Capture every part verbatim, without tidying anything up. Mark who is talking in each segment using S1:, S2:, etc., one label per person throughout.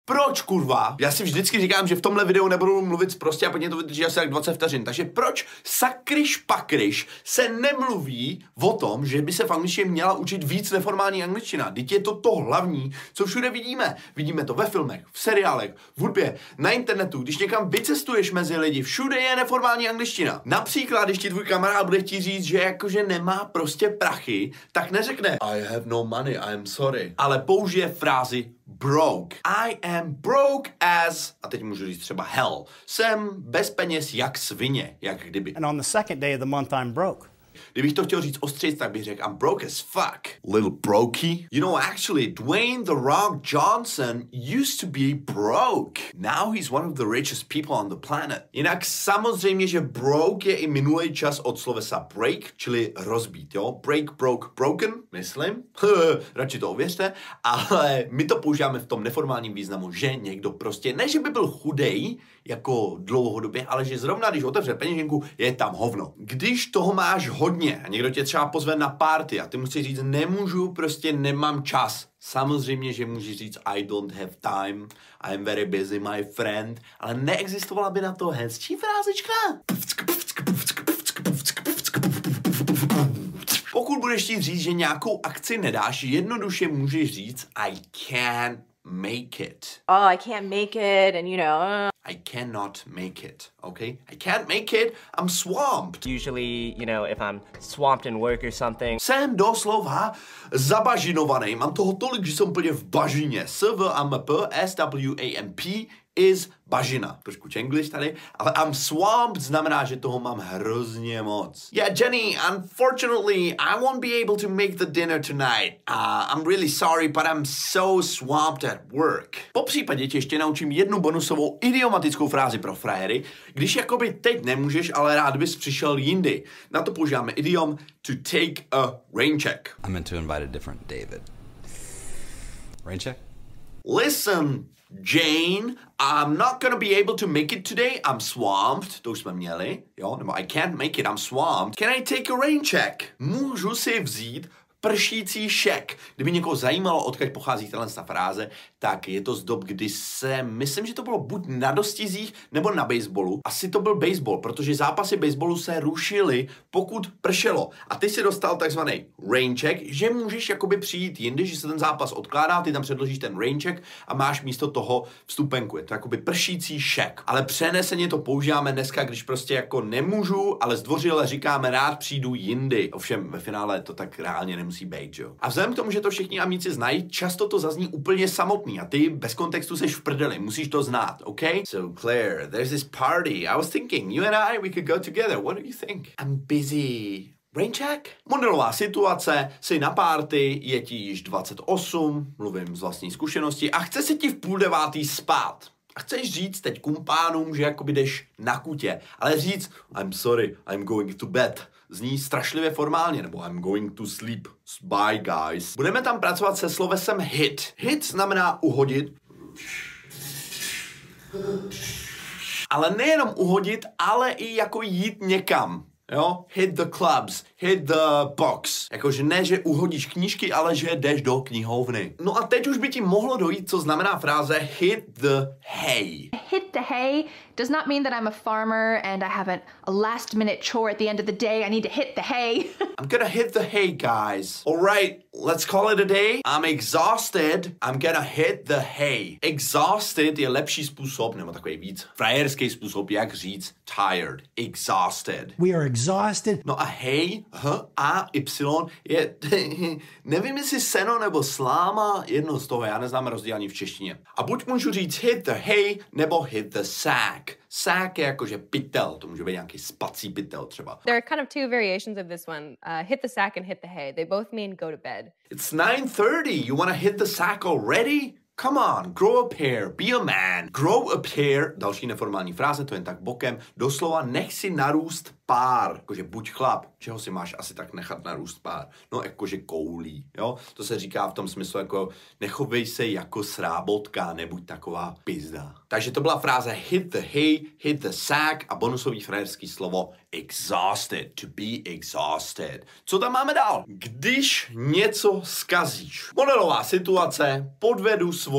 S1: Proč, kurva? Já si vždycky říkám, že v tomhle videu nebudu mluvit prostě a potom to vydrží asi tak dvacet vteřin. Takže proč sakryš pakryš se nemluví o tom, že by se v angličtině měla učit víc neformální angličtina? Vždyť je to to hlavní, co všude vidíme. Vidíme to ve filmech, v seriálech, v hudbě, na internetu, když někam vycestuješ mezi lidi, všude je neformální angličtina. Například, když ti tvůj kamarád bude chtít říct, že jakože nemá prostě prachy, tak neřekne I have no money, I'm sorry, ale použije frázi broke. I am broke as, a teď můžu říct třeba hell. Jsem bez peněz jak svině, jak kdyby.
S2: And on the second day of the month I'm broke.
S1: Kdybych to chtěl říct ostřejc, tak bych řekl I'm broke as fuck. Little brokey. You know, actually, Dwayne The Rock Johnson used to be broke. Now he's one of the richest people on the planet. Jinak samozřejmě, že broke je i minulý čas od slovesa break, čili rozbít, jo? Break, broke, broken, myslím. Radši to ověřte. Ale my to používáme v tom neformálním významu, že někdo prostě, ne že by byl chudej, jako dlouhodobě, ale že zrovna, když otevře peněženku, je tam hovno. Když toho máš hodně a někdo tě třeba pozve na party a ty musíš říct, nemůžu, prostě nemám čas. Samozřejmě, že můžeš říct I don't have time, I am very busy, my friend, ale neexistovala by na to hezčí frázička. Pokud budeš chtít říct, že nějakou akci nedáš, jednoduše můžeš říct I can't make it.
S3: Oh, I can't make it, and you know. Uh...
S1: I cannot make it, okay? I can't make it, I'm swamped.
S4: Usually, you know, if I'm swamped in work or something.
S1: Jsem doslova zabažinovaný, mám toho tolik, že jsem úplně v bažině. S V A M P, S W A M P is bažina. Trošku English tady, ale I'm swamped znamená, že toho mám hrozně moc. Yeah, Jenny, unfortunately, I won't be able to make the dinner tonight. Uh, I'm really sorry, but I'm so swamped at work. Po případě tě ještě naučím jednu bonusovou idiomatickou frázi pro frajery, když jakoby teď nemůžeš, ale rád bys přišel jindy. Na to používáme idiom to take a rain check.
S5: I meant to invite a different David. Rain check?
S1: Listen, Jane, I'm not gonna be able to make it today, I'm swamped, to už jsme měli, jo, nebo I can't make it, I'm swamped. Can I take a rain check? Můžu si vzít pršící šek. Kdyby někoho zajímalo, odkud pochází tahle fráze, tak je to z dob, kdy se, myslím, že to bylo buď na dostizích, nebo na baseballu. Asi to byl baseball, protože zápasy baseballu se rušily, pokud pršelo. A ty si dostal takzvaný rain check, že můžeš jakoby přijít jindy, že se ten zápas odkládá, ty tam předložíš ten rain check a máš místo toho vstupenku. Je to jakoby pršící šek. Ale přeneseně to používáme dneska, když prostě jako nemůžu, ale zdvořile říkáme rád přijdu jindy. Ovšem ve finále to tak reálně nemusí být, jo. A vzhledem k tomu, že to všichni amíci znají, často to zazní úplně samotný a ty bez kontextu seš v prdeli, musíš to znát, OK? So Claire, there's this party. I was thinking, you and I, we could go together. What do you think? I'm busy. Rain check? Modelová situace, jsi na party, je ti již dvacet osm, mluvím z vlastní zkušenosti a chce se ti v půl devátý spát. A chceš říct teď kumpánům, že jakoby jdeš na kutě, ale říct I'm sorry, I'm going to bed zní strašlivě formálně, nebo I'm going to sleep. Bye, guys. Budeme tam pracovat se slovesem hit. Hit znamená uhodit. Ale nejenom uhodit, ale i jako jít někam. Jo? Hit the clubs, hit the box. Jakože ne, že uhodíš knížky, ale že jdeš do knihovny. No a teď už by ti mohlo dojít, co znamená fráze hit the hay.
S6: Hit the hay does not mean that I'm a farmer and I have a, a last minute chore at the end of the day. I need to hit the hay.
S1: I'm gonna hit the hay, guys. All right, let's call it a day. I'm exhausted. I'm gonna hit the hay. Exhausted je lepší způsob, nebo takový víc frajerský způsob, jak říct tired. Exhausted.
S2: We are exhausted.
S1: No a hay, h, a, y, je, nevím jestli seno nebo sláma, jedno z toho, já neznám rozdíl ani v češtině. A buď můžu říct hit the hay, nebo hit the sack. Sack je jakože pytel, to může být nějaký spací pytel třeba.
S3: There are kind of two variations of this one. Uh, hit the sack and hit the hay. They both mean go to bed.
S1: It's nine thirty. You wanna hit the sack already? Come on, grow up here, be a man. Grow up here, další neformální fráze, to jen tak bokem, doslova nech si narůst pár, jakože buď chlap, čeho si máš asi tak nechat narůst pár, no jakože koulí, jo, to se říká v tom smyslu jako nechovej se jako srábotka, nebuď taková pizda. Takže to byla fráze hit the hay, hit the sack a bonusový frajerský slovo exhausted, to be exhausted. Co tam máme dál? Když něco zkazíš. Modelová situace, podvedu svoji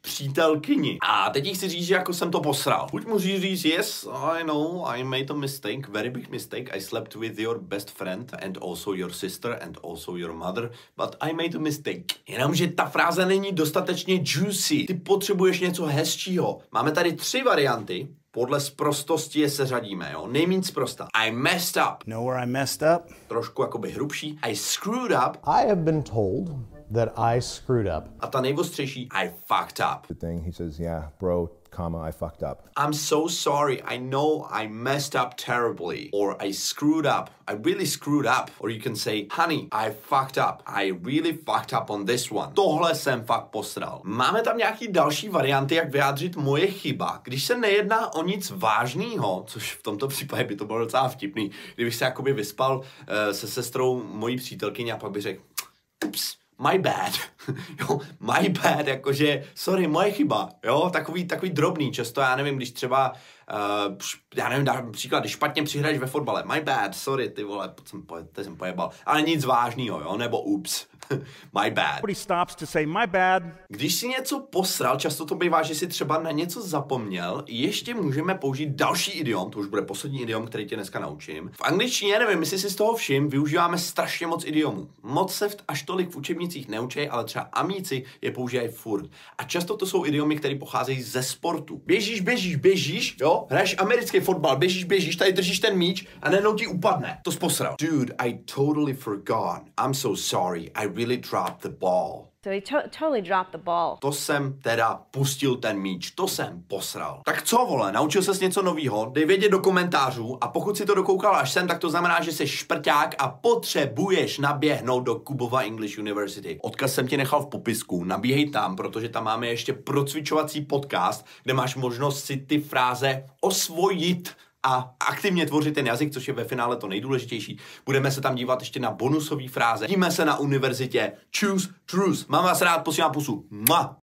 S1: přítelkyni. A teď jí chci říct, že jako jsem to posral. Buď můžu říct, yes, I know, I made a mistake, very big mistake. I slept with your best friend and also your sister and also your mother, but I made a mistake. Jenomže ta fráze není dostatečně juicy. Ty potřebuješ něco hezčího. Máme tady tři varianty. Podle sprostosti je seřadíme, jo. Nejméně sprosta. I messed up.
S2: Know where I messed up?
S1: Trošku jakoby hrubší. I screwed up.
S7: I have been told that I screwed up.
S1: A ta nejostřejší, I fucked up.
S7: The thing he says, yeah, bro, comma, I fucked up.
S1: I'm so sorry. I know I messed up terribly. Or I screwed up. I really screwed up. Or you can say, honey, I fucked up. I really fucked up on this one. Tohle jsem fakt posral. Máme tam nějaký další varianty, jak vyjádřit moje chyba. Když se nejedná o nic vážného, což v tomto případě by to bylo docela vtipný, kdybych se jakoby vyspal uh, se sestrou mojí přítelkyně a pak bych řekl, ups, my bad, jo, my bad, jakože, sorry, moje chyba, jo, takový, takový drobný, často, já nevím, když třeba, uh, já nevím, dám příklad, když špatně přihraješ ve fotbale, my bad, sorry, ty vole, jsem, poje, jsem pojebal, ale nic vážného, jo, nebo ups, my bad.
S2: Nobody stops to say my bad.
S1: Když si něco posral, často to bývá, že si třeba na něco zapomněl, ještě můžeme použít další idiom, to už bude poslední idiom, který tě dneska naučím. V angličtině, nevím, jestli si z toho všim, využíváme strašně moc idiomů. Moc se až tolik v učebnicích neučí, ale třeba amíci je používají furt. A často to jsou idiomy, které pocházejí ze sportu. Běžíš, běžíš, běžíš, jo? Hraješ americký fotbal, běžíš, běžíš, tady držíš ten míč a najednou ti upadne. To posral. Dude, I totally forgot. I'm so sorry. I really dropped the ball.
S8: So he to- totally dropped the ball.
S1: To jsem teda pustil ten míč, to jsem posral. Tak co, vole, naučil ses něco novýho? Dej vědět do komentářů a pokud si to dokoukal až sem, tak to znamená, že jsi šprťák a potřebuješ naběhnout do Kubova English University. Odkaz jsem ti nechal v popisku, nabíhej tam, protože tam máme ještě procvičovací podcast, kde máš možnost si ty fráze osvojit a aktivně tvořit ten jazyk, což je ve finále to nejdůležitější. Budeme se tam dívat ještě na bonusové fráze. Díme se na univerzitě. Choose truth. Mám vás rád, posílám pusu. Mua.